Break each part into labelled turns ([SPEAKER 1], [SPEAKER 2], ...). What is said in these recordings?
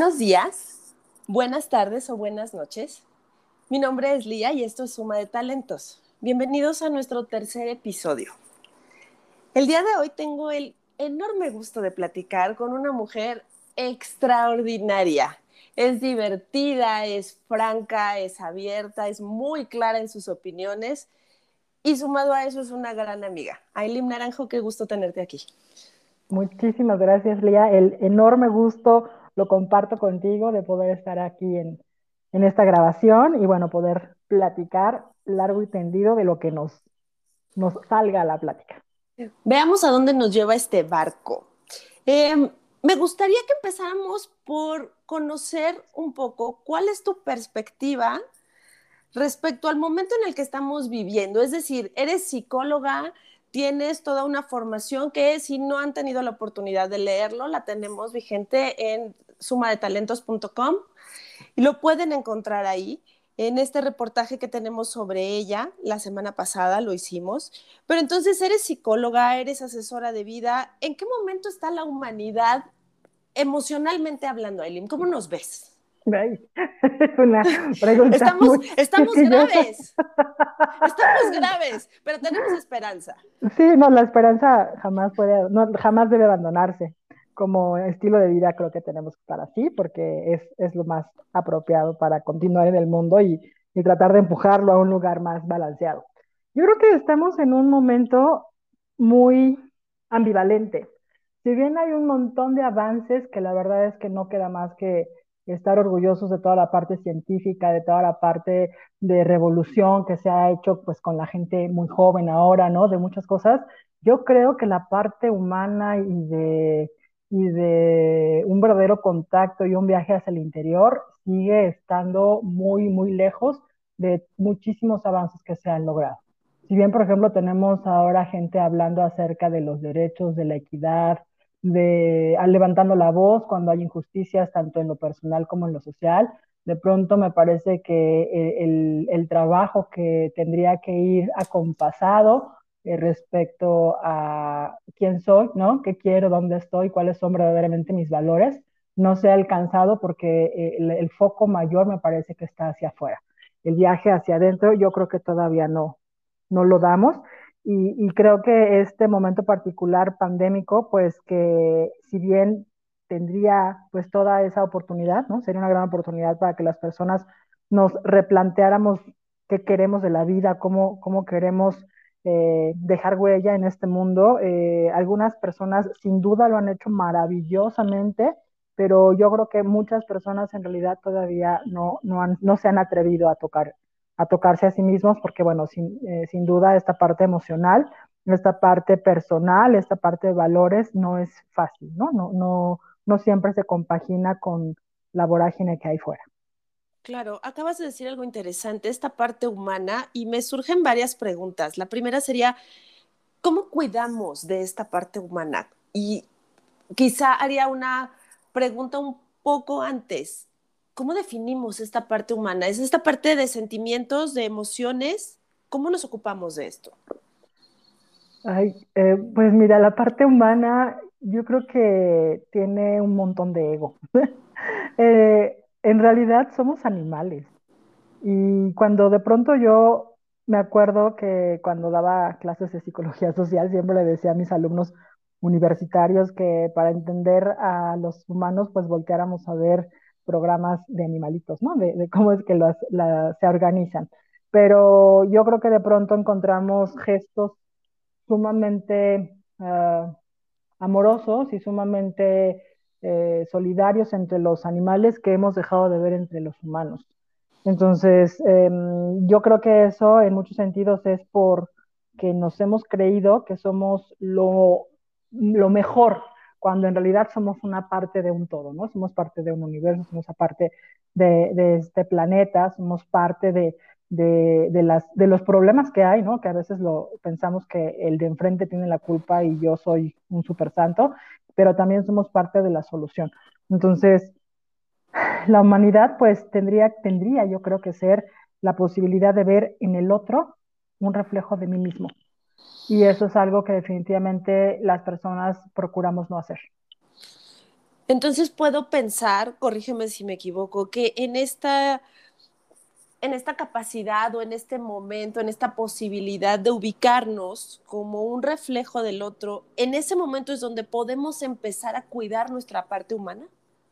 [SPEAKER 1] Buenos días, buenas tardes o buenas noches. Mi nombre es Lía y esto es Suma de Talentos. Bienvenidos a nuestro tercer episodio. El día de hoy tengo el enorme gusto de platicar con una mujer extraordinaria. Es divertida, es franca, es abierta, es muy clara en sus opiniones y sumado a eso es una gran amiga. Ailín Naranjo, qué gusto tenerte aquí.
[SPEAKER 2] Muchísimas gracias, Lía. El enorme gusto lo comparto contigo de poder estar aquí en esta grabación y bueno, poder platicar largo y tendido de lo que nos salga a la plática.
[SPEAKER 1] Veamos a dónde nos lleva este barco. Eh, Me gustaría que empezáramos por conocer un poco cuál es tu perspectiva respecto al momento en el que estamos viviendo. Es decir, eres psicóloga, tienes toda una formación que si no han tenido la oportunidad de leerlo, la tenemos vigente en sumadetalentos.com y lo pueden encontrar ahí. En este reportaje que tenemos sobre ella, la semana pasada lo hicimos. Pero entonces eres psicóloga, eres asesora de vida. ¿En qué momento está la humanidad emocionalmente hablando, Aileen? ¿Cómo nos ves?
[SPEAKER 2] Ay, es una pregunta
[SPEAKER 1] Estamos,
[SPEAKER 2] muy
[SPEAKER 1] estamos
[SPEAKER 2] quisquillosa.
[SPEAKER 1] graves, estamos graves, pero tenemos esperanza.
[SPEAKER 2] Sí, no, la esperanza jamás puede, no, jamás debe abandonarse. Como estilo de vida creo que tenemos que estar así porque es lo más apropiado para continuar en el mundo y tratar de empujarlo a un lugar más balanceado. Yo creo que estamos en un momento muy ambivalente. Si bien hay un montón de avances que la verdad es que no queda más que estar orgullosos de toda la parte científica, de toda la parte de revolución que se ha hecho pues con la gente muy joven ahora, ¿no? De muchas cosas. Yo creo que la parte humana y de un verdadero contacto y un viaje hacia el interior sigue estando muy, muy lejos de muchísimos avances que se han logrado. Si bien, por ejemplo, tenemos ahora gente hablando acerca de los derechos, de la equidad, levantando la voz cuando hay injusticias, tanto en lo personal como en lo social, de pronto me parece que el trabajo que tendría que ir acompasado respecto a quién soy, ¿no? ¿Qué quiero? ¿Dónde estoy? ¿Cuáles son verdaderamente mis valores? No se ha alcanzado porque el foco mayor me parece que está hacia afuera. El viaje hacia adentro yo creo que todavía no lo damos. Y creo que este momento particular pandémico, pues que si bien tendría pues toda esa oportunidad, ¿no? Sería una gran oportunidad para que las personas nos replanteáramos qué queremos de la vida, cómo queremos dejar huella en este mundo. Algunas personas sin duda lo han hecho maravillosamente, pero yo creo que muchas personas en realidad todavía no se han atrevido a tocarse a sí mismos, porque bueno, sin duda esta parte emocional, esta parte personal, esta parte de valores no es fácil, ¿no? No siempre se compagina con la vorágine que hay fuera.
[SPEAKER 1] Claro, acabas de decir algo interesante, esta parte humana, y me surgen varias preguntas. La primera sería, ¿cómo cuidamos de esta parte humana? Y quizá haría una pregunta un poco antes. ¿Cómo definimos esta parte humana? ¿Es esta parte de sentimientos, de emociones? ¿Cómo nos ocupamos de esto?
[SPEAKER 2] Ay, pues mira, la parte humana yo creo que tiene un montón de ego. En realidad somos animales. Y cuando de pronto yo me acuerdo que cuando daba clases de psicología social, siempre le decía a mis alumnos universitarios que para entender a los humanos, pues volteáramos a ver programas de animalitos, ¿no? De cómo es que se organizan. Pero yo creo que de pronto encontramos gestos sumamente amorosos y sumamente solidarios entre los animales que hemos dejado de ver entre los humanos. Entonces, yo creo que eso en muchos sentidos es porque nos hemos creído que somos lo mejor, cuando en realidad somos una parte de un todo, ¿no? Somos parte de un universo, somos parte de este planeta, somos parte de los problemas que hay, ¿no? Que a veces pensamos que el de enfrente tiene la culpa y yo soy un super santo, pero también somos parte de la solución. Entonces, la humanidad pues tendría yo creo que ser la posibilidad de ver en el otro un reflejo de mí mismo. Y eso es algo que definitivamente las personas procuramos no hacer.
[SPEAKER 1] Entonces puedo pensar, corrígeme si me equivoco, que en esta capacidad o en este momento, en esta posibilidad de ubicarnos como un reflejo del otro, en ese momento es donde podemos empezar a cuidar nuestra parte humana.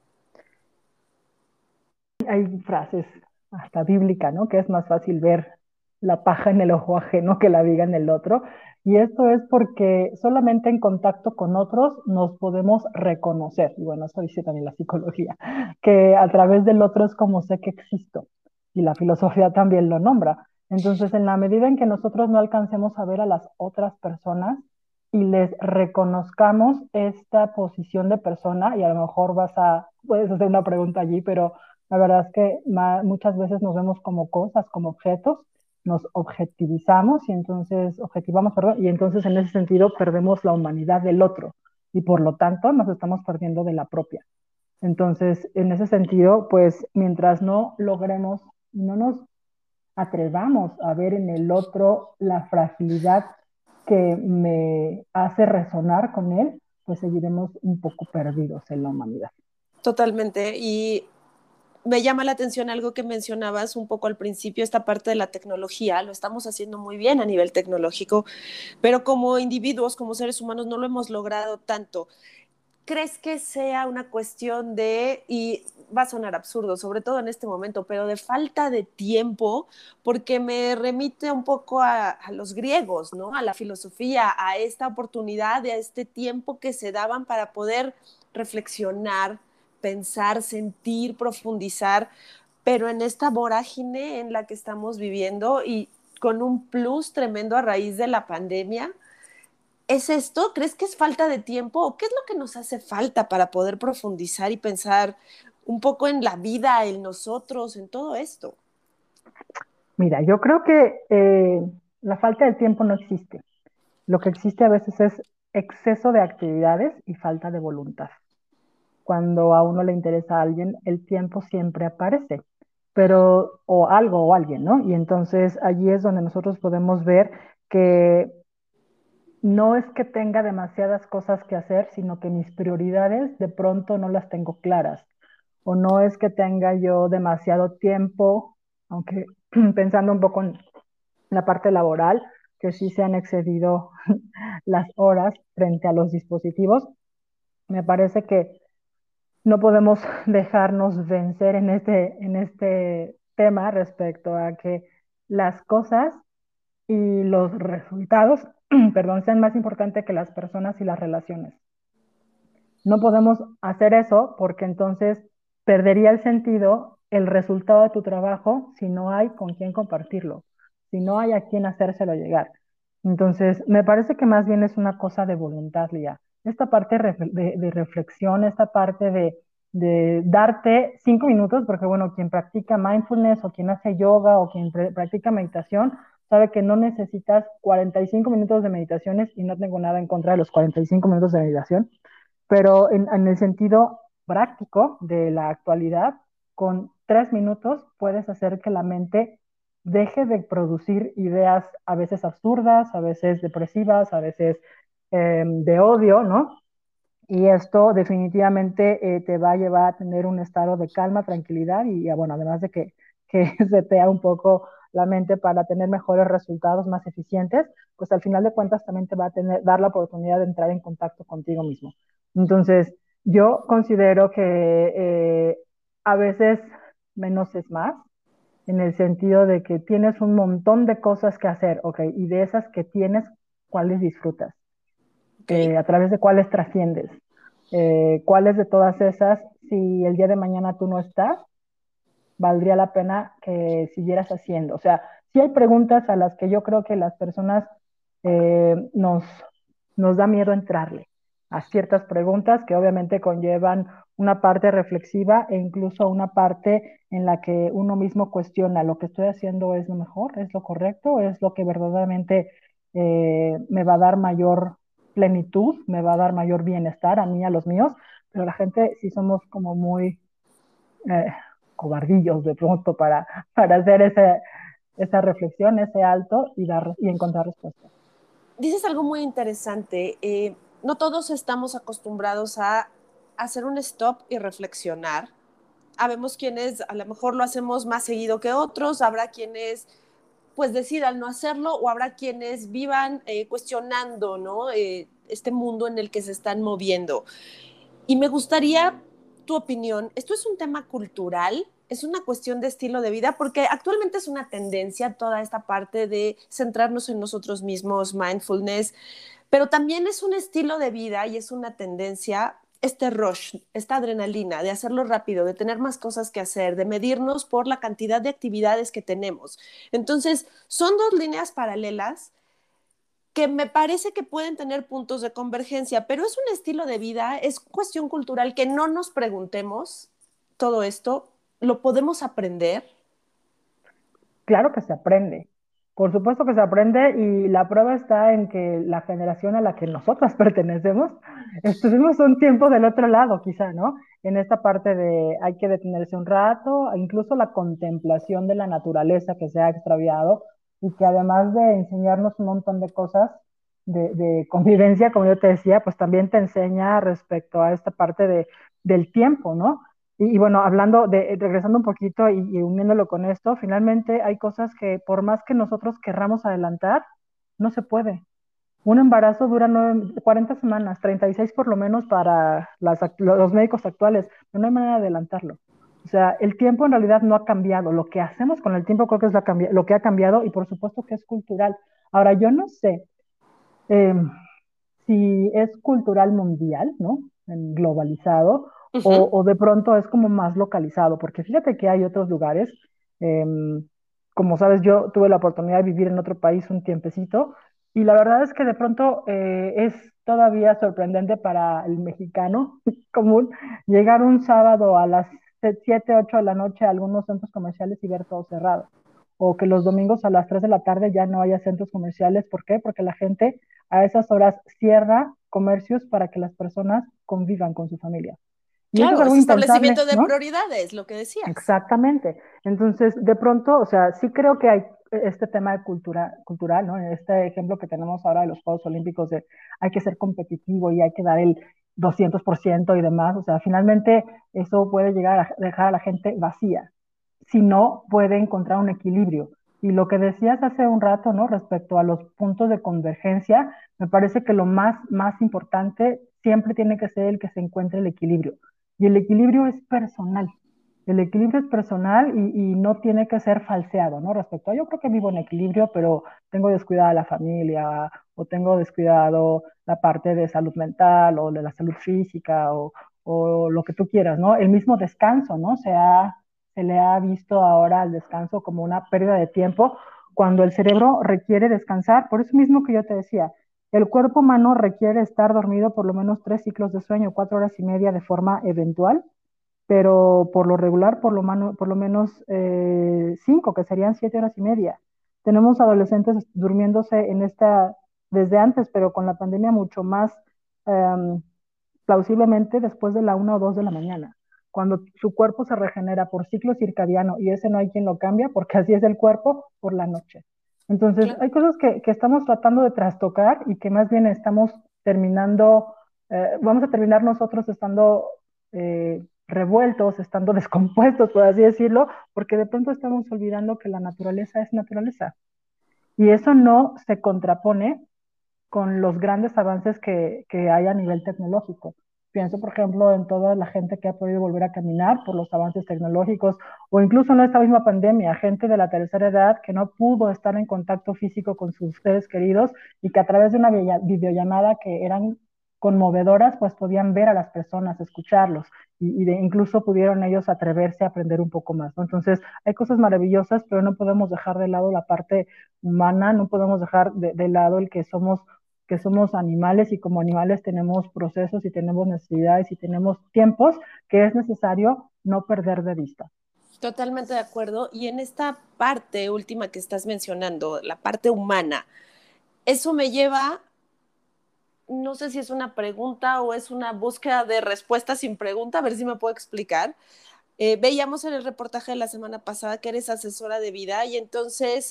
[SPEAKER 2] Hay frases hasta bíblica, ¿no? Que es más fácil ver la paja en el ojo ajeno que la viga en el otro. Y esto es porque solamente en contacto con otros nos podemos reconocer. Y bueno, eso dice también la psicología, que a través del otro es como sé que existo. Y la filosofía también lo nombra. Entonces, en la medida en que nosotros no alcancemos a ver a las otras personas y les reconozcamos esta posición de persona, y a lo mejor puedes hacer una pregunta allí, pero la verdad es que muchas veces nos vemos como cosas, como objetos, nos objetivizamos y entonces, objetivamos, perdón, y entonces en ese sentido perdemos la humanidad del otro y por lo tanto nos estamos perdiendo de la propia. Entonces, en ese sentido, pues mientras no logremos, no nos atrevamos a ver en el otro la fragilidad que me hace resonar con él, pues seguiremos un poco perdidos en la humanidad.
[SPEAKER 1] Totalmente. Y me llama la atención algo que mencionabas un poco al principio, esta parte de la tecnología. Lo estamos haciendo muy bien a nivel tecnológico, pero como individuos, como seres humanos, no lo hemos logrado tanto. ¿Crees que sea una cuestión de, y va a sonar absurdo, sobre todo en este momento, pero de falta de tiempo? Porque me remite un poco a los griegos, ¿no? A la filosofía, a esta oportunidad, a este tiempo que se daban para poder reflexionar, pensar, sentir, profundizar, pero en esta vorágine en la que estamos viviendo y con un plus tremendo a raíz de la pandemia. ¿Es esto? ¿Crees que es falta de tiempo? ¿O qué es lo que nos hace falta para poder profundizar y pensar un poco en la vida, en nosotros, en todo esto?
[SPEAKER 2] Mira, yo creo que la falta de tiempo no existe. Lo que existe a veces es exceso de actividades y falta de voluntad. Cuando a uno le interesa a alguien, el tiempo siempre aparece, pero o algo o alguien, ¿no? Y entonces allí es donde nosotros podemos ver que no es que tenga demasiadas cosas que hacer, sino que mis prioridades de pronto no las tengo claras. O no es que tenga yo demasiado tiempo, aunque pensando un poco en la parte laboral, que sí se han excedido las horas frente a los dispositivos. Me parece que no podemos dejarnos vencer en este tema respecto a que las cosas y los resultados, perdón, sean más importantes que las personas y las relaciones. No podemos hacer eso porque entonces perdería el sentido el resultado de tu trabajo si no hay con quién compartirlo, si no hay a quién hacérselo llegar. Entonces, me parece que más bien es una cosa de voluntad, Lía. Esta parte de reflexión, esta parte de darte 5 minutos, porque bueno, quien practica mindfulness o quien hace yoga o quien practica meditación, sabe que no necesitas 45 minutos de meditaciones y no tengo nada en contra de los 45 minutos de meditación, pero en el sentido práctico de la actualidad, con 3 minutos puedes hacer que la mente deje de producir ideas a veces absurdas, a veces depresivas, a veces de odio, ¿no? Y esto definitivamente te va a llevar a tener un estado de calma, tranquilidad y bueno, además de que setea un poco la mente para tener mejores resultados más eficientes, pues al final de cuentas también te va a dar la oportunidad de entrar en contacto contigo mismo. Entonces, yo considero que a veces menos es más, en el sentido de que tienes un montón de cosas que hacer, ¿ok? Y de esas que tienes, ¿cuáles disfrutas?
[SPEAKER 1] ¿Ok?
[SPEAKER 2] A través de cuáles trasciendes. ¿Cuáles de todas esas, si el día de mañana tú no estás, valdría la pena que siguieras haciendo? O sea, sí hay preguntas a las que yo creo que las personas nos da miedo entrarle a ciertas preguntas que obviamente conllevan una parte reflexiva e incluso una parte en la que uno mismo cuestiona, ¿lo que estoy haciendo es lo mejor? ¿Es lo correcto? ¿Es lo que verdaderamente me va a dar mayor plenitud? ¿Me va a dar mayor bienestar a mí, a los míos? Pero la gente sí somos como muy eh, cobardillos de pronto para hacer esa reflexión, ese alto y encontrar respuestas.
[SPEAKER 1] Dices algo muy interesante. No todos estamos acostumbrados a hacer un stop y reflexionar. Habemos quienes a lo mejor lo hacemos más seguido que otros, habrá quienes pues decidan no hacerlo o habrá quienes vivan cuestionando, ¿no? Este mundo en el que se están moviendo. Y me gustaría tu opinión. ¿Esto es un tema cultural? ¿Es una cuestión de estilo de vida? Porque actualmente es una tendencia toda esta parte de centrarnos en nosotros mismos, mindfulness, pero también es un estilo de vida y es una tendencia este rush, esta adrenalina de hacerlo rápido, de tener más cosas que hacer, de medirnos por la cantidad de actividades que tenemos. Entonces, son dos líneas paralelas que me parece que pueden tener puntos de convergencia, pero es un estilo de vida, es cuestión cultural que no nos preguntemos todo esto, lo podemos aprender.
[SPEAKER 2] Claro que se aprende. Por supuesto que se aprende y la prueba está en que la generación a la que nosotras pertenecemos, estuvimos un tiempo del otro lado, quizá, ¿no? En esta parte de hay que detenerse un rato, incluso la contemplación de la naturaleza que se ha extraviado y que además de enseñarnos un montón de cosas de convivencia, como yo te decía, pues también te enseña respecto a esta parte del tiempo, ¿no? Y bueno, hablando de, regresando un poquito y uniéndolo con esto, finalmente hay cosas que por más que nosotros querramos adelantar, no se puede. Un embarazo dura 40 semanas, 36 por lo menos para los médicos actuales, pero no hay manera de adelantarlo. O sea, el tiempo en realidad no ha cambiado. Lo que hacemos con el tiempo creo que es lo que ha cambiado y por supuesto que es cultural. Ahora, yo no sé eh, si es cultural mundial, ¿no? Globalizado,
[SPEAKER 1] Uh -huh.
[SPEAKER 2] o de pronto es como más localizado, porque fíjate que hay otros lugares, eh, como sabes, yo tuve la oportunidad de vivir en otro país un tiempecito, y la verdad es que de pronto es todavía sorprendente para el mexicano común llegar un sábado a las 7, 8 de la noche a algunos centros comerciales y ver todo cerrado. O que los domingos a las 3 de la tarde ya no haya centros comerciales. ¿Por qué? Porque la gente a esas horas cierra comercios para que las personas convivan con su familia. Y eso es
[SPEAKER 1] Claro,
[SPEAKER 2] algo
[SPEAKER 1] es
[SPEAKER 2] impensable,
[SPEAKER 1] establecimiento de
[SPEAKER 2] ¿no?
[SPEAKER 1] prioridades, lo que decías.
[SPEAKER 2] Exactamente. Entonces, de pronto, o sea, sí creo que hay este tema de cultural, ¿no? En este ejemplo que tenemos ahora de los Juegos Olímpicos de hay que ser competitivo y hay que dar el 200% y demás. O sea, finalmente eso puede llegar a dejar a la gente vacía. Si no, puede encontrar un equilibrio. Y lo que decías hace un rato, ¿no? Respecto a los puntos de convergencia, me parece que lo más importante siempre tiene que ser el que se encuentre el equilibrio. Y el equilibrio es personal. El equilibrio es personal y no tiene que ser falseado, ¿no? Respecto a, yo creo que vivo en equilibrio, pero tengo descuidada la familia o tengo descuidado la parte de salud mental o de la salud física o lo que tú quieras, ¿no? El mismo descanso, ¿no? Se le ha visto ahora al descanso como una pérdida de tiempo cuando el cerebro requiere descansar. Por eso mismo que yo te decía, el cuerpo humano requiere estar dormido por lo menos 3 ciclos de sueño, 4 horas y media de forma eventual, pero por lo regular, por lo menos 5, que serían 7 horas y media. Tenemos adolescentes durmiéndose en esta, desde antes, pero con la pandemia mucho más um, plausiblemente después de la 1 o 2 de la mañana, cuando su cuerpo se regenera por ciclo circadiano y ese no hay quien lo cambia porque así es el cuerpo por la noche. Entonces,
[SPEAKER 1] Claro.
[SPEAKER 2] hay cosas que estamos tratando de trastocar y que más bien estamos terminando, vamos a terminar nosotros estando revueltos, estando descompuestos, por así decirlo, porque de pronto estamos olvidando que la naturaleza es naturaleza. Y eso no se contrapone con los grandes avances que hay a nivel tecnológico. Pienso, por ejemplo, en toda la gente que ha podido volver a caminar por los avances tecnológicos, o incluso en esta misma pandemia, gente de la tercera edad que no pudo estar en contacto físico con sus seres queridos y que a través de una videollamada que eran conmovedoras, pues podían ver a las personas, escucharlos, incluso pudieron ellos atreverse a aprender un poco más, ¿no? Entonces, hay cosas maravillosas, pero no podemos dejar de lado la parte humana, no podemos dejar de lado el que somos animales y como animales tenemos procesos y tenemos necesidades y tenemos tiempos que es necesario no perder de vista.
[SPEAKER 1] Totalmente de acuerdo. Y en esta parte última que estás mencionando, la parte humana, eso me lleva, no sé si es una pregunta o es una búsqueda de respuesta sin pregunta, a ver si me puedo explicar. Veíamos en el reportaje de la semana pasada que eres asesora de vida y entonces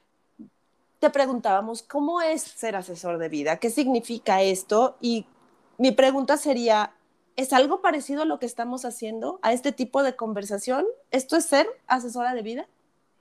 [SPEAKER 1] te preguntábamos, ¿cómo es ser asesor de vida? ¿Qué significa esto? Y mi pregunta sería, ¿Es algo parecido a lo que estamos haciendo, a este tipo de conversación? ¿Esto es ser asesora de vida?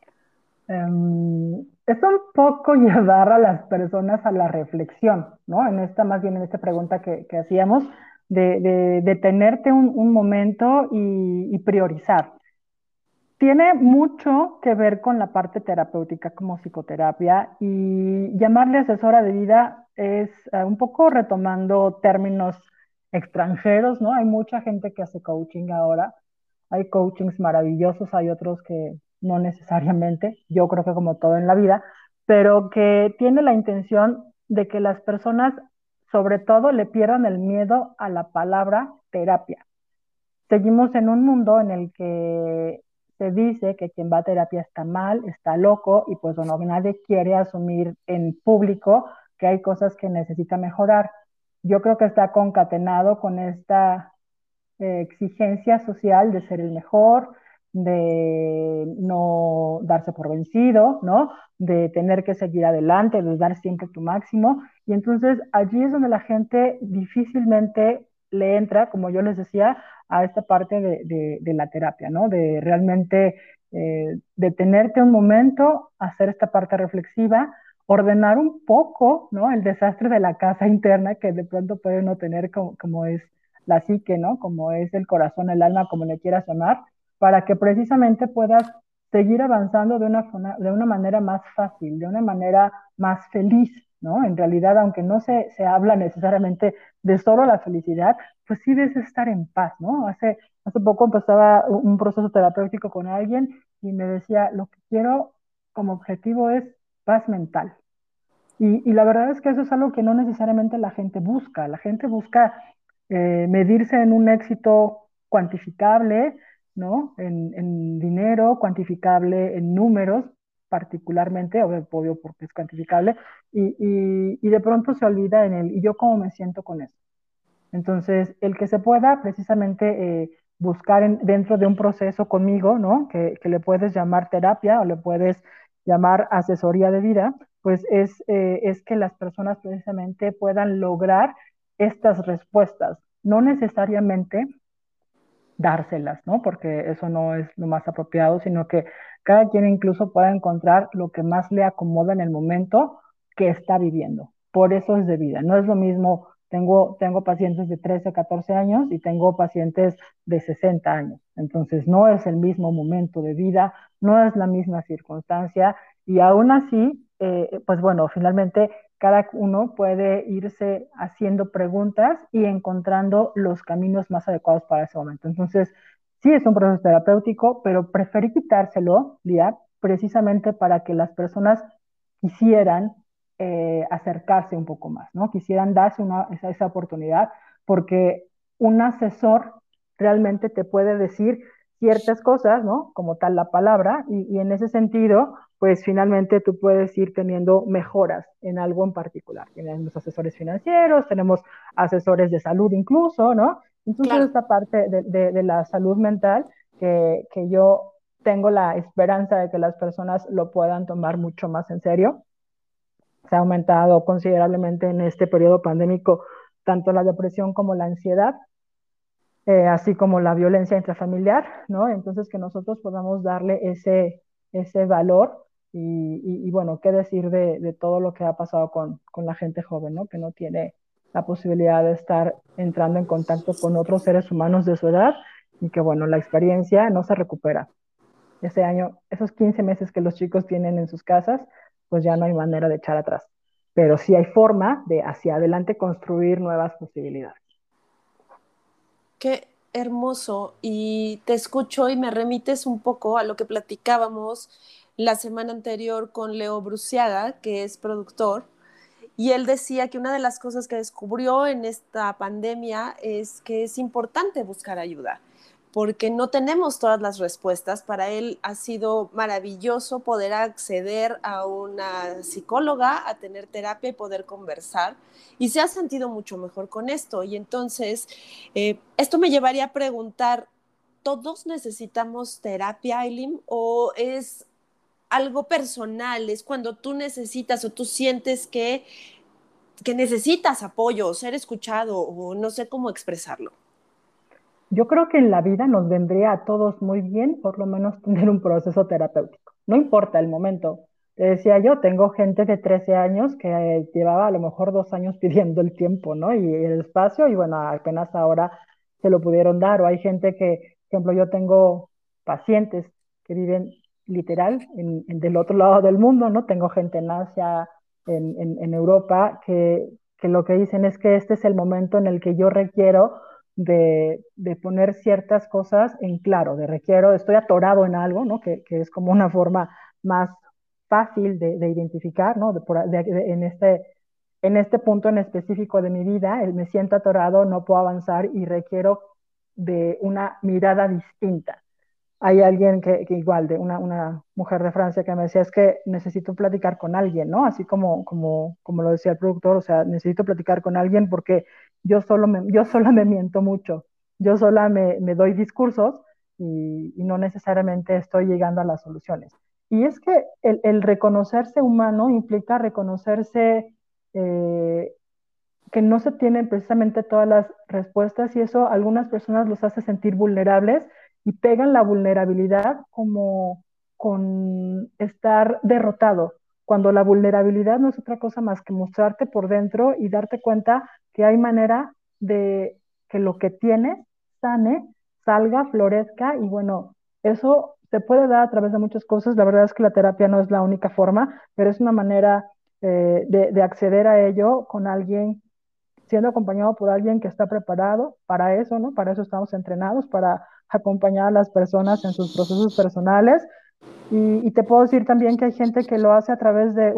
[SPEAKER 2] Es un poco llevar a las personas a la reflexión, ¿no? Más bien en esta pregunta que hacíamos, de detenerte un momento y priorizar. Tiene mucho que ver con la parte terapéutica como psicoterapia y llamarle asesora de vida es un poco retomando términos extranjeros, ¿no? Hay mucha gente que hace coaching ahora, hay coachings maravillosos, hay otros que no necesariamente, yo creo que como todo en la vida, pero que tiene la intención de que las personas sobre todo le pierdan el miedo a la palabra terapia. Seguimos en un mundo en el que se dice que quien va a terapia está mal, está loco y pues bueno, nadie quiere asumir en público que hay cosas que necesita mejorar. Yo creo que está concatenado con esta exigencia social de ser el mejor, de no darse por vencido, ¿no? De tener que seguir adelante, de dar siempre tu máximo. Y entonces allí es donde la gente difícilmente le entra, como yo les decía, a esta parte de la terapia, ¿no? De realmente detenerte un momento, hacer esta parte reflexiva, ordenar un poco, ¿no? El desastre de la casa interna que de pronto puede uno tener como es la psique, ¿no? Como es el corazón, el alma, como le quieras llamar, para que precisamente puedas seguir avanzando de una manera más fácil, de una manera más feliz, ¿no? En realidad, aunque no se habla necesariamente de solo la felicidad, pues sí debes estar en paz, ¿no? Hace poco empezaba un proceso terapéutico con alguien y me decía, lo que quiero como objetivo es paz mental. Y la verdad es que eso es algo que no necesariamente la gente busca medirse en un éxito cuantificable, ¿no? En dinero, cuantificable en números, particularmente, obvio porque es cuantificable, y de pronto se olvida en el, ¿y yo cómo me siento con eso? Entonces, el que se pueda precisamente buscar dentro de un proceso conmigo, ¿no? Que le puedes llamar terapia o le puedes llamar asesoría de vida, pues es que las personas precisamente puedan lograr estas respuestas, no necesariamente dárselas, ¿no? Porque eso no es lo más apropiado, sino que cada quien incluso pueda encontrar lo que más le acomoda en el momento que está viviendo. Por eso es de vida. No es lo mismo, tengo pacientes de 13, 14 años y tengo pacientes de 60 años. Entonces no es el mismo momento de vida, no es la misma circunstancia y aún así, pues bueno, finalmente cada uno puede irse haciendo preguntas y encontrando los caminos más adecuados para ese momento. Entonces, sí es un proceso terapéutico, pero preferí quitárselo, Lía, precisamente para que las personas quisieran acercarse un poco más, ¿no? Quisieran darse esa oportunidad, porque un asesor realmente te puede decir ciertas cosas, ¿no? Como tal la palabra, y en ese sentido, pues finalmente tú puedes ir teniendo mejoras en algo en particular. Tenemos asesores financieros, tenemos asesores de salud incluso, ¿no? Entonces
[SPEAKER 1] Claro.
[SPEAKER 2] esta parte de la salud mental que yo tengo la esperanza de que las personas lo puedan tomar mucho más en serio. Se ha aumentado considerablemente en este periodo pandémico tanto la depresión como la ansiedad, así como la violencia intrafamiliar, ¿no? Entonces que nosotros podamos darle ese valor y bueno, qué decir de todo lo que ha pasado con la gente joven, ¿no? Que no tiene la posibilidad de estar entrando en contacto con otros seres humanos de su edad y que bueno, la experiencia no se recupera. Ese año, esos 15 meses que los chicos tienen en sus casas, pues ya no hay manera de echar atrás. Pero sí hay forma de hacia adelante construir nuevas posibilidades.
[SPEAKER 1] Qué hermoso. Y te escucho y me remites un poco a lo que platicábamos la semana anterior con Leo Bruciaga, que es productor, y él decía que una de las cosas que descubrió en esta pandemia es que es importante buscar ayuda, porque no tenemos todas las respuestas. Para él ha sido maravilloso poder acceder a una psicóloga, a tener terapia y poder conversar, y se ha sentido mucho mejor con esto. Y entonces, esto me llevaría a preguntar, ¿todos necesitamos terapia, Aileen, o es algo personal? Es cuando tú necesitas o tú sientes que necesitas apoyo, ser escuchado, o no sé cómo expresarlo.
[SPEAKER 2] Yo creo que en la vida nos vendría a todos muy bien, por lo menos, tener un proceso terapéutico. No importa el momento. Te decía yo, tengo gente de 13 años que llevaba a lo mejor 2 años pidiendo el tiempo, ¿no? Y el espacio, y bueno, apenas ahora se lo pudieron dar. O hay gente que, por ejemplo, yo tengo pacientes que viven literal del otro lado del mundo, ¿no? Tengo gente en Asia, en Europa, que lo que dicen es que este es el momento en el que yo requiero de poner ciertas cosas en claro, de requiero, estoy atorado en algo, ¿no? Que es como una forma más fácil de identificar, ¿no? En este punto en específico de mi vida, me siento atorado, no puedo avanzar y requiero de una mirada distinta. Hay alguien que igual, de una mujer de Francia que me decía, es que necesito platicar con alguien, ¿no? Así como lo decía el productor, o sea, necesito platicar con alguien porque yo sola me miento mucho, yo sola me doy discursos y no necesariamente estoy llegando a las soluciones. Y es que el reconocerse humano implica reconocerse eh, que no se tienen precisamente todas las respuestas y eso a algunas personas los hace sentir vulnerables y pegan la vulnerabilidad como con estar derrotado, cuando la vulnerabilidad no es otra cosa más que mostrarte por dentro y darte cuenta que hay manera de que lo que tienes sane, salga, florezca y bueno, eso se puede dar a través de muchas cosas. La verdad es que la terapia no es la única forma, pero es una manera de acceder a ello con alguien siendo acompañado por alguien que está preparado para eso, ¿no? Para eso estamos entrenados, para acompañar a las personas en sus procesos personales. Y te puedo decir también que hay gente que lo hace a través de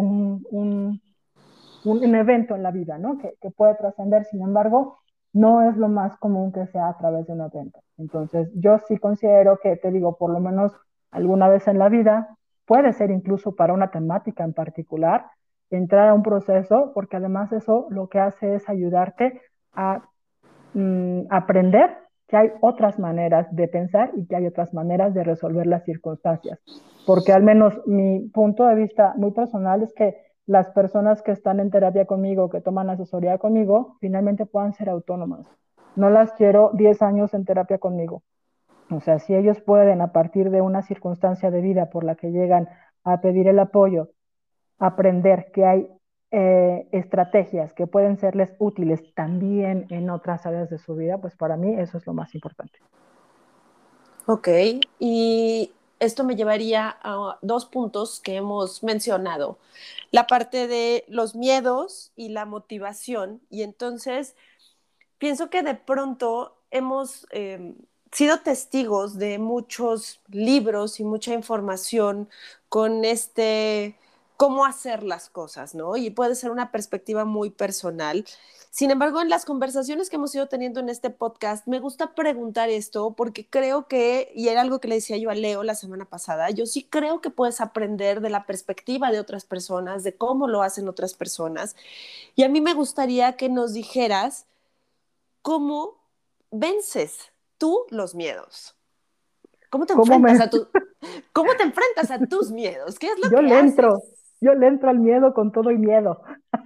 [SPEAKER 2] un evento en la vida, ¿no? Que puede trascender, sin embargo, no es lo más común que sea a través de un evento. Entonces, yo sí considero que, te digo, por lo menos alguna vez en la vida, puede ser incluso para una temática en particular, entrar a un proceso, porque además eso lo que hace es ayudarte a aprender que hay otras maneras de pensar y que hay otras maneras de resolver las circunstancias. Porque al menos mi punto de vista muy personal es que las personas que están en terapia conmigo, que toman asesoría conmigo, finalmente puedan ser autónomas. No las quiero 10 años en terapia conmigo. O sea, si ellos pueden, a partir de una circunstancia de vida por la que llegan a pedir el apoyo, aprender que hay estrategias que pueden serles útiles también en otras áreas de su vida, pues para mí eso es lo más importante.
[SPEAKER 1] Ok, y esto me llevaría a dos puntos que hemos mencionado, la parte de los miedos y la motivación. Y entonces pienso que de pronto hemos sido testigos de muchos libros y mucha información con este cómo hacer las cosas, ¿no? Y puede ser una perspectiva muy personal. Sin embargo, en las conversaciones que hemos ido teniendo en este podcast, me gusta preguntar esto porque creo que, y era algo que le decía yo a Leo la semana pasada, yo sí creo que puedes aprender de la perspectiva de otras personas, de cómo lo hacen otras personas. Y a mí me gustaría que nos dijeras cómo vences tú los miedos. ¿Cómo te
[SPEAKER 2] ¿Cómo
[SPEAKER 1] enfrentas
[SPEAKER 2] me,
[SPEAKER 1] a cómo te enfrentas a tus miedos? ¿Qué es lo
[SPEAKER 2] yo
[SPEAKER 1] que
[SPEAKER 2] le
[SPEAKER 1] haces?
[SPEAKER 2] entro, yo le entro al miedo con todo y miedo.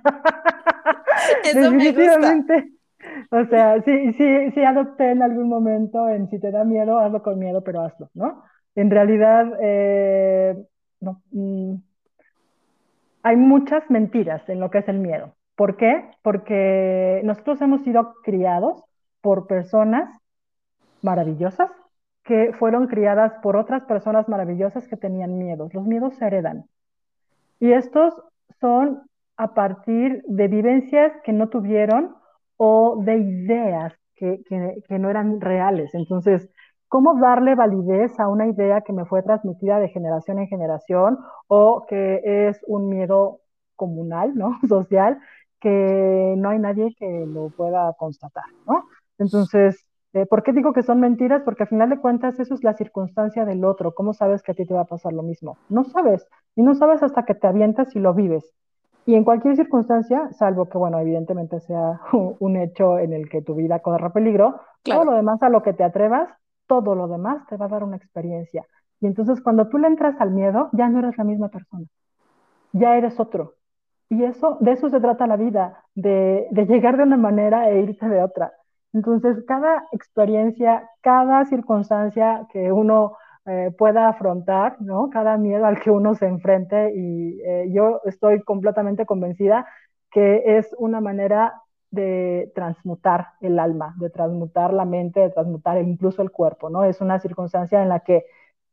[SPEAKER 1] Eso me gusta.
[SPEAKER 2] Definitivamente. O sea, sí adopté en algún momento en si te da miedo, hazlo con miedo, pero hazlo, ¿no? En realidad, no, hay muchas mentiras en lo que es el miedo. ¿Por qué? Porque nosotros hemos sido criados por personas maravillosas que fueron criadas por otras personas maravillosas que tenían miedos. Los miedos se heredan. Y estos son a partir de vivencias que no tuvieron o de ideas que no eran reales. Entonces, ¿cómo darle validez a una idea que me fue transmitida de generación en generación o que es un miedo comunal, ¿no? Social, que no hay nadie que lo pueda constatar, ¿no? Entonces, ¿por qué digo que son mentiras? Porque al final de cuentas eso es la circunstancia del otro. ¿Cómo sabes que a ti te va a pasar lo mismo? No sabes. Y no sabes hasta que te avientas y lo vives. Y en cualquier circunstancia, salvo que, bueno, evidentemente sea un hecho en el que tu vida corra peligro, todo
[SPEAKER 1] Claro.
[SPEAKER 2] lo demás a lo que te atrevas, todo lo demás te va a dar una experiencia. Y entonces cuando tú le entras al miedo, ya no eres la misma persona, ya eres otro. Y eso, de eso se trata la vida, de llegar de una manera e irte de otra. Entonces, cada experiencia, cada circunstancia que uno pueda afrontar, ¿no? Cada miedo al que uno se enfrente y yo estoy completamente convencida que es una manera de transmutar el alma, de transmutar la mente, de transmutar incluso el cuerpo, ¿no? Es una circunstancia en la que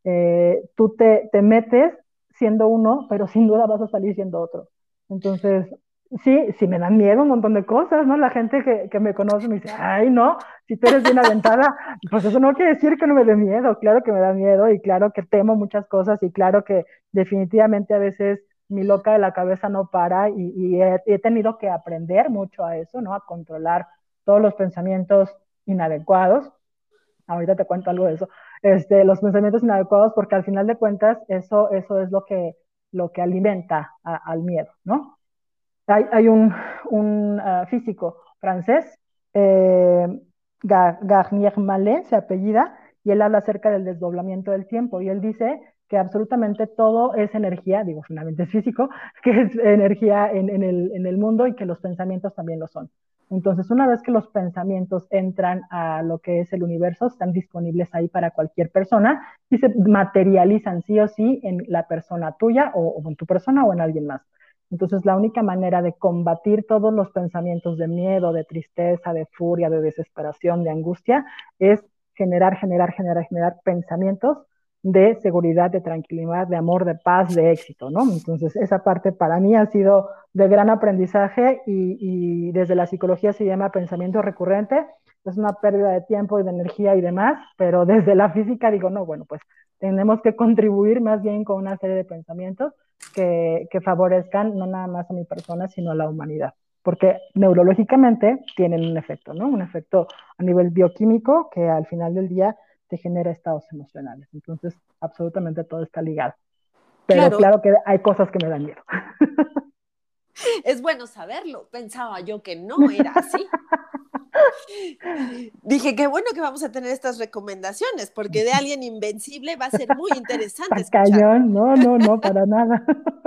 [SPEAKER 2] tú te metes siendo uno, pero sin duda vas a salir siendo otro. Entonces, sí, sí me dan miedo un montón de cosas, ¿no? La gente que me conoce me dice, ay, no, si tú eres bien aventada, pues eso no quiere decir que no me dé miedo, claro que me da miedo y claro que temo muchas cosas y claro que definitivamente a veces mi loca de la cabeza no para y he tenido que aprender mucho a eso, ¿no? A controlar todos los pensamientos inadecuados. Ahorita te cuento algo de eso. Los pensamientos inadecuados, porque al final de cuentas eso es lo que alimenta al miedo, ¿no? Hay un físico francés, eh, Garnier Mallet se apellida, y él habla acerca del desdoblamiento del tiempo, y él dice que absolutamente todo es energía, digo, finalmente es físico, que es energía en el mundo y que los pensamientos también lo son. Entonces, una vez que los pensamientos entran a lo que es el universo, están disponibles ahí para cualquier persona y se materializan sí o sí en la persona tuya o en tu persona o en alguien más. Entonces, la única manera de combatir todos los pensamientos de miedo, de tristeza, de furia, de desesperación, de angustia, es generar pensamientos de seguridad, de tranquilidad, de amor, de paz, de éxito, ¿no? Entonces, esa parte para mí ha sido de gran aprendizaje y desde la psicología se llama pensamiento recurrente. Es una pérdida de tiempo y de energía y demás, pero desde la física digo, no, bueno, pues tenemos que contribuir más bien con una serie de pensamientos que favorezcan no nada más a mi persona, sino a la humanidad. Porque neurológicamente tienen un efecto, ¿no? Un efecto a nivel bioquímico que al final del día te genera estados emocionales. Entonces, absolutamente todo está ligado. Pero
[SPEAKER 1] Claro,
[SPEAKER 2] claro que hay cosas que me dan miedo.
[SPEAKER 1] es bueno saberlo. Pensaba yo que no era así. Dije, qué bueno que vamos a tener estas recomendaciones, porque de alguien invencible va a ser muy interesante
[SPEAKER 2] Está
[SPEAKER 1] escuchar.
[SPEAKER 2] cañón, no, no, no, para nada.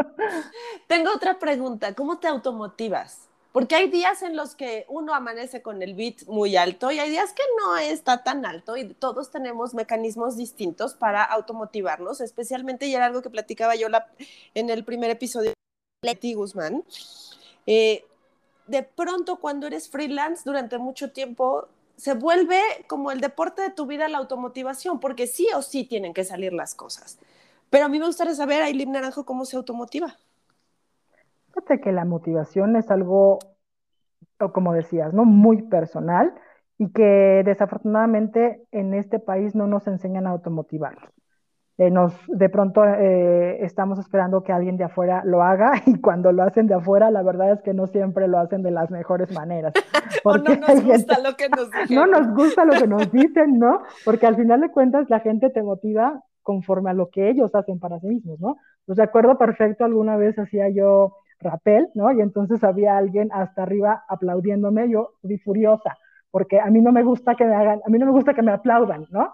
[SPEAKER 1] Tengo otra pregunta, ¿cómo te automotivas? Porque hay días en los que uno amanece con el beat muy alto y hay días que no está tan alto y todos tenemos mecanismos distintos para automotivarnos, especialmente y era algo que platicaba yo en el primer episodio de Leti Guzmán. Eh, de pronto cuando eres freelance durante mucho tiempo se vuelve como el deporte de tu vida la automotivación, porque sí o sí tienen que salir las cosas. Pero a mí me gustaría saber, Aileen Naranjo, cómo se automotiva.
[SPEAKER 2] Fíjate que la motivación es algo, o como decías, ¿no? Muy personal y que desafortunadamente en este país no nos enseñan a automotivarnos. De pronto estamos esperando que alguien de afuera lo haga y cuando lo hacen de afuera, la verdad es que no siempre lo hacen de las mejores maneras,
[SPEAKER 1] O no
[SPEAKER 2] porque
[SPEAKER 1] nos
[SPEAKER 2] hay
[SPEAKER 1] gusta
[SPEAKER 2] gente,
[SPEAKER 1] lo que nos
[SPEAKER 2] no
[SPEAKER 1] dijeron.
[SPEAKER 2] nos gusta lo que nos dicen, ¿no? Porque al final de cuentas la gente te motiva conforme a lo que ellos hacen para sí mismos, ¿no? Pues recuerdo perfecto, alguna vez hacía yo rappel, ¿no? Y entonces había alguien hasta arriba aplaudiéndome, yo fui furiosa, porque a mí no me gusta que me hagan, a mí no me gusta que me aplaudan, ¿no?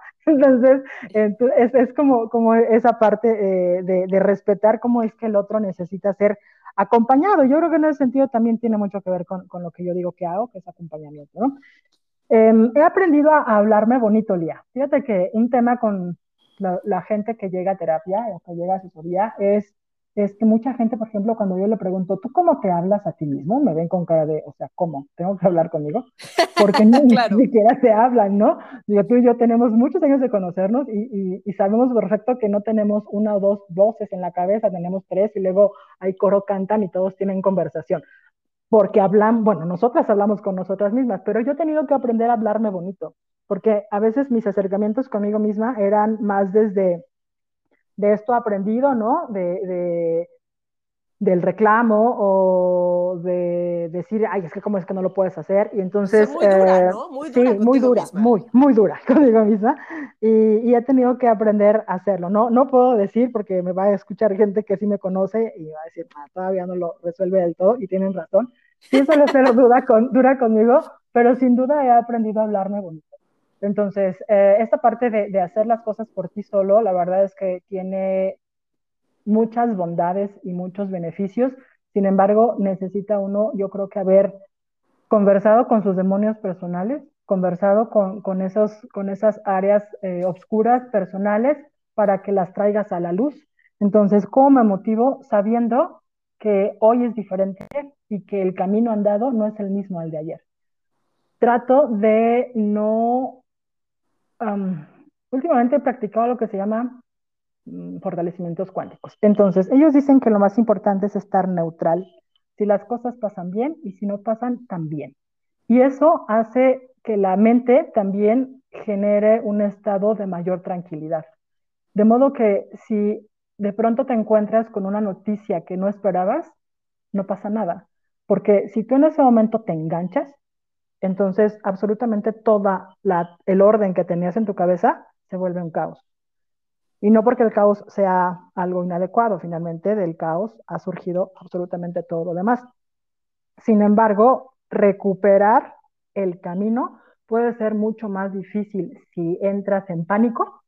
[SPEAKER 2] Entonces es como esa parte de respetar cómo es que el otro necesita ser acompañado. Yo creo que en ese sentido también tiene mucho que ver con lo que yo digo que hago, que es acompañamiento, ¿no? He aprendido a hablarme bonito, Lía. Fíjate que un tema con la gente que llega a terapia o que llega a asesoría es que mucha gente, por ejemplo, cuando yo le pregunto, ¿tú cómo te hablas a ti mismo? Me ven con cara de, o sea, ¿cómo? ¿Tengo que hablar conmigo? Porque ni
[SPEAKER 1] Claro.
[SPEAKER 2] siquiera se hablan, ¿no? Digo, tú y yo tenemos muchos años de conocernos y sabemos perfecto que no tenemos una o dos voces en la cabeza, tenemos tres y luego hay coro cantan y todos tienen conversación porque hablan, bueno, nosotras hablamos con nosotras mismas, pero yo he tenido que aprender a hablarme bonito, porque a veces mis acercamientos conmigo misma eran más desde de esto aprendido, ¿no? Del reclamo o de decir, ay, es que cómo es que no lo puedes hacer. Y
[SPEAKER 1] Soy
[SPEAKER 2] entonces,
[SPEAKER 1] muy dura, ¿no? Muy dura
[SPEAKER 2] sí, muy
[SPEAKER 1] contigo
[SPEAKER 2] dura,
[SPEAKER 1] misma.
[SPEAKER 2] muy dura conmigo misma. Y he tenido que aprender a hacerlo. No, no puedo decir porque me va a escuchar gente que sí me conoce y va a decir, ah, todavía no lo resuelve del todo y tienen razón. Sí suele ser dura conmigo, pero sin duda he aprendido a hablarme bonito. Entonces, esta parte de hacer las cosas por ti solo, la verdad es que tiene muchas bondades y muchos beneficios. Sin embargo, necesita uno, yo creo que haber conversado con sus demonios personales, conversado con esas áreas oscuras personales para que las traigas a la luz. Entonces, ¿cómo me motivo sabiendo que hoy es diferente y que el camino andado no es el mismo al de ayer? Trato de no... um, últimamente he practicado lo que se llama fortalecimientos cuánticos. Entonces, ellos dicen que lo más importante es estar neutral. Si las cosas pasan bien y si no pasan, también. Y eso hace que la mente también genere un estado de mayor tranquilidad. De modo que si de pronto te encuentras con una noticia que no esperabas, no pasa nada. Porque si tú en ese momento te enganchas, entonces absolutamente el orden que tenías en tu cabeza se vuelve un caos. Y no porque el caos sea algo inadecuado, finalmente del caos ha surgido absolutamente todo lo demás. Sin embargo, recuperar el camino puede ser mucho más difícil si entras en pánico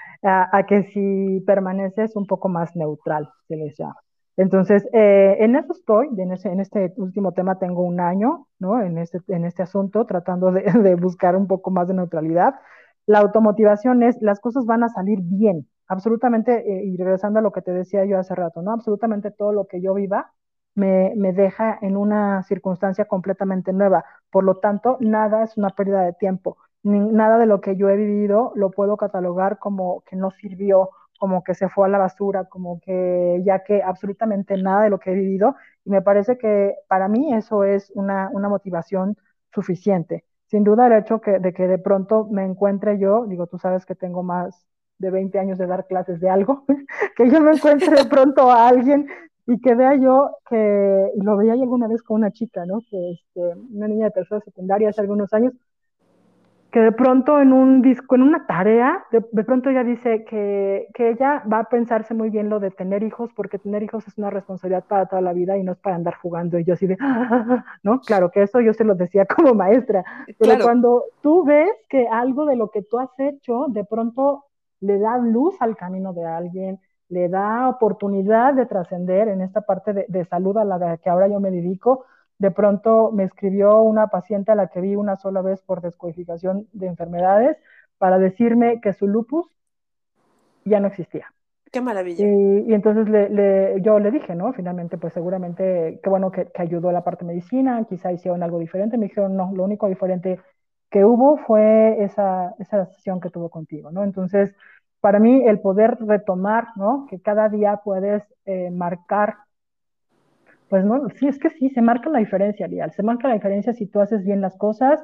[SPEAKER 2] a que si permaneces un poco más neutral, se les llama. Entonces, en eso estoy, en este último tema tengo un año, ¿no? En este asunto, tratando de buscar un poco más de neutralidad. La automotivación es, las cosas van a salir bien, absolutamente, y regresando a lo que te decía yo hace rato, ¿no? Absolutamente todo lo que yo viva me deja en una circunstancia completamente nueva. Por lo tanto, nada es una pérdida de tiempo. Nada de lo que yo he vivido lo puedo catalogar como que no sirvió, como que se fue a la basura, como que ya que absolutamente nada de lo que he vivido. Y me parece que para mí eso es una motivación suficiente. Sin duda el hecho de que de pronto me encuentre yo, digo, tú sabes que tengo más de 20 años de dar clases de algo, que yo me encuentre de pronto a alguien y que vea yo que, y lo veía yo alguna vez con una chica, ¿no? Una niña de tercera secundaria hace algunos años, que de pronto en un disco, en una tarea, de pronto ella dice que ella va a pensarse muy bien lo de tener hijos, porque tener hijos es una responsabilidad para toda la vida y no es para andar jugando. Y yo así de, ¿no? Claro que eso yo se lo decía como maestra, pero
[SPEAKER 1] Claro.
[SPEAKER 2] cuando tú ves que algo de lo que tú has hecho, de pronto le da luz al camino de alguien, le da oportunidad de trascender en esta parte de salud a la que ahora yo me dedico. De pronto me escribió una paciente a la que vi una sola vez por descodificación de enfermedades para decirme que su lupus ya no existía.
[SPEAKER 1] Qué maravilla.
[SPEAKER 2] Y entonces yo le dije, ¿no? Finalmente, pues seguramente, qué bueno que ayudó la parte de medicina, quizá hicieron algo diferente. Me dijeron, no, lo único diferente que hubo fue esa sesión que tuvo contigo, ¿no? Entonces, para mí, el poder retomar, ¿no? Que cada día puedes marcar pues no, sí, es que sí, se marca la diferencia, Lial. Se marca la diferencia si tú haces bien las cosas,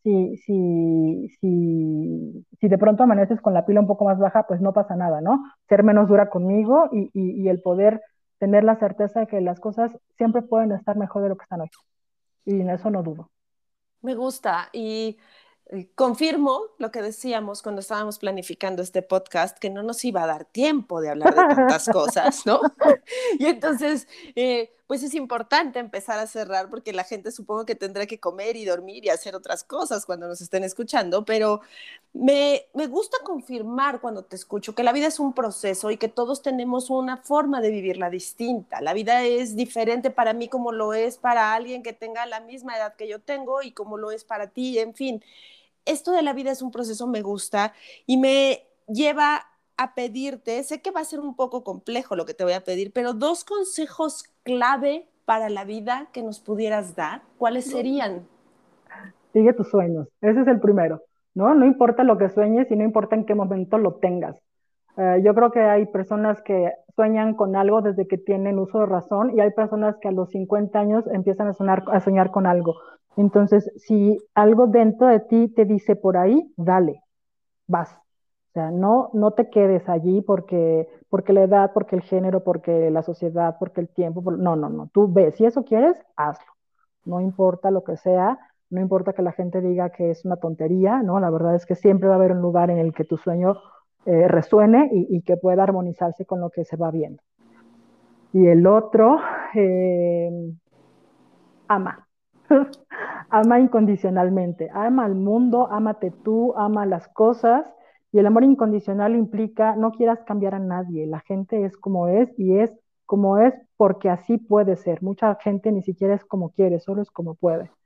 [SPEAKER 2] si de pronto amaneces con la pila un poco más baja, pues no pasa nada, ¿no? Ser menos dura conmigo y el poder tener la certeza de que las cosas siempre pueden estar mejor de lo que están hoy. Y en eso no dudo.
[SPEAKER 1] Me gusta y confirmo lo que decíamos cuando estábamos planificando este podcast, que no nos iba a dar tiempo de hablar de tantas cosas, ¿no? Y entonces, pues es importante empezar a cerrar porque la gente supongo que tendrá que comer y dormir y hacer otras cosas cuando nos estén escuchando, pero me gusta confirmar cuando te escucho que la vida es un proceso y que todos tenemos una forma de vivirla distinta. La vida es diferente para mí como lo es para alguien que tenga la misma edad que yo tengo y como lo es para ti, en fin. Esto de la vida es un proceso, me gusta y me lleva a pedirte, sé que va a ser un poco complejo lo que te voy a pedir, pero dos consejos clave para la vida que nos pudieras dar, ¿cuáles serían?
[SPEAKER 2] Sigue tus sueños. Ese es el primero, ¿no? No importa lo que sueñes y no importa en qué momento lo tengas. Yo creo que hay personas que sueñan con algo desde que tienen uso de razón y hay personas que a los 50 años empiezan a soñar con algo. Entonces, si algo dentro de ti te dice por ahí, dale, vas. O sea, no te quedes allí porque la edad, porque el género, porque la sociedad, porque el tiempo. No, no, no. Tú ves, si eso quieres, hazlo. No importa lo que sea, no importa que la gente diga que es una tontería, ¿no? La verdad es que siempre va a haber un lugar en el que tu sueño resuene y que pueda armonizarse con lo que se va viendo. Y el otro, eh, ama. Ama incondicionalmente, ama al mundo, ámate tú, ama las cosas. Y el amor incondicional implica no quieras cambiar a nadie. La gente es como es y es como es porque así puede ser. Mucha gente ni siquiera es como quiere, solo es como puede.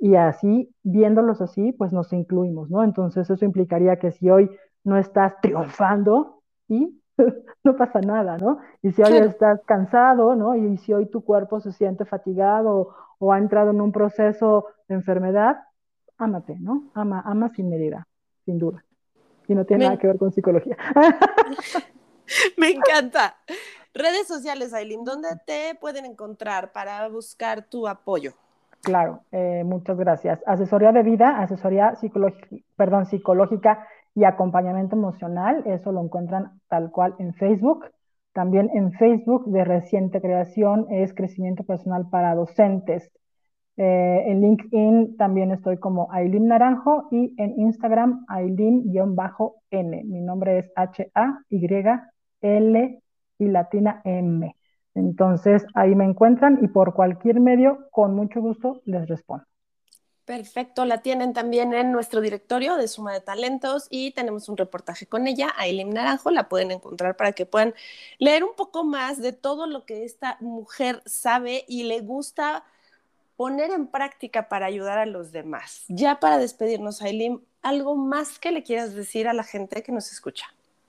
[SPEAKER 2] y así, viéndolos así, pues nos incluimos, ¿no? Entonces eso implicaría que si hoy no estás triunfando, y no pasa nada, ¿no? Y si hoy
[SPEAKER 1] Claro.
[SPEAKER 2] estás cansado, ¿no? Y si hoy tu cuerpo se siente fatigado o ha entrado en un proceso de enfermedad, ámate, ¿no? Ama sin medida, sin duda. Y no tiene nada
[SPEAKER 1] Me,
[SPEAKER 2] que ver con psicología.
[SPEAKER 1] me encanta. Redes sociales, Aileen, ¿dónde te pueden encontrar para buscar tu apoyo?
[SPEAKER 2] Claro, muchas gracias. Asesoría de vida, asesoría psicológica y acompañamiento emocional, eso lo encuentran tal cual en Facebook. También en Facebook de reciente creación es crecimiento personal para docentes. En LinkedIn también estoy como Aileen Naranjo y en Instagram Aileen-N. Mi nombre es Hayl y latina M. Entonces ahí me encuentran y por cualquier medio, con mucho gusto, les respondo.
[SPEAKER 1] Perfecto, la tienen también en nuestro directorio de Suma de Talentos y tenemos un reportaje con ella, Aileen Naranjo, la pueden encontrar para que puedan leer un poco más de todo lo que esta mujer sabe y le gusta poner en práctica para ayudar a los demás. Ya para despedirnos, Aileen, ¿algo más que le quieras decir a la gente que nos escucha?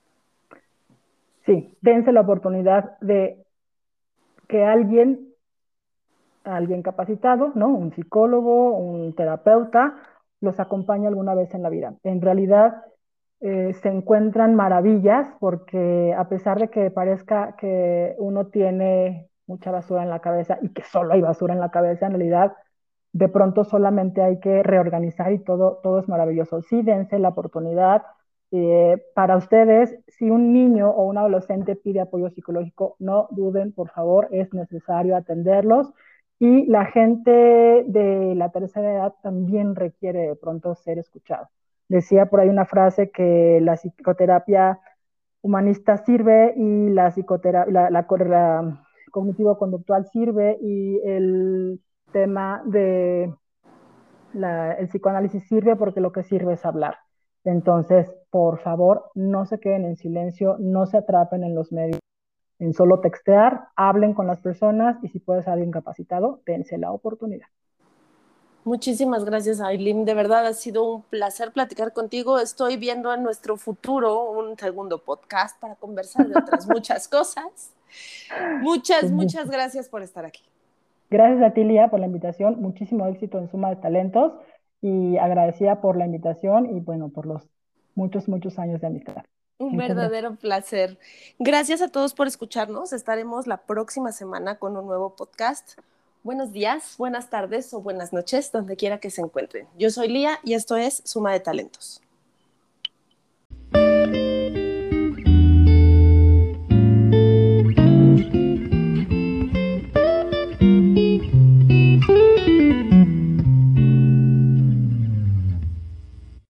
[SPEAKER 2] Sí, dense la oportunidad de que alguien capacitado, ¿no? Un psicólogo, un terapeuta, los acompañe alguna vez en la vida. En realidad se encuentran maravillas porque a pesar de que parezca que uno tiene mucha basura en la cabeza y que solo hay basura en la cabeza, en realidad de pronto solamente hay que reorganizar y todo es maravilloso. Sí, dense la oportunidad. Para ustedes, si un niño o un adolescente pide apoyo psicológico, no duden, por favor, es necesario atenderlos. Y la gente de la tercera edad también requiere de pronto ser escuchado. Decía por ahí una frase que la psicoterapia humanista sirve y la psicoterapia, la cognitivo-conductual sirve y el tema de el psicoanálisis sirve porque lo que sirve es hablar. Entonces, por favor, no se queden en silencio, no se atrapen en los medios, en solo textear, hablen con las personas y si puedes ser alguien capacitado, dense la oportunidad.
[SPEAKER 1] Muchísimas gracias, Aileen. De verdad ha sido un placer platicar contigo. Estoy viendo en nuestro futuro un segundo podcast para conversar de otras muchas cosas. Muchas gracias por estar aquí.
[SPEAKER 2] Gracias a ti, Lía, por la invitación. Muchísimo éxito en Suma de Talentos y agradecida por la invitación y bueno, por los muchos años de amistad.
[SPEAKER 1] Un
[SPEAKER 2] Muchas gracias.
[SPEAKER 1] verdadero placer. Gracias a todos por escucharnos. Estaremos la próxima semana con un nuevo podcast. Buenos días, buenas tardes o buenas noches, donde quiera que se encuentren. Yo soy Lía y esto es Suma de Talentos.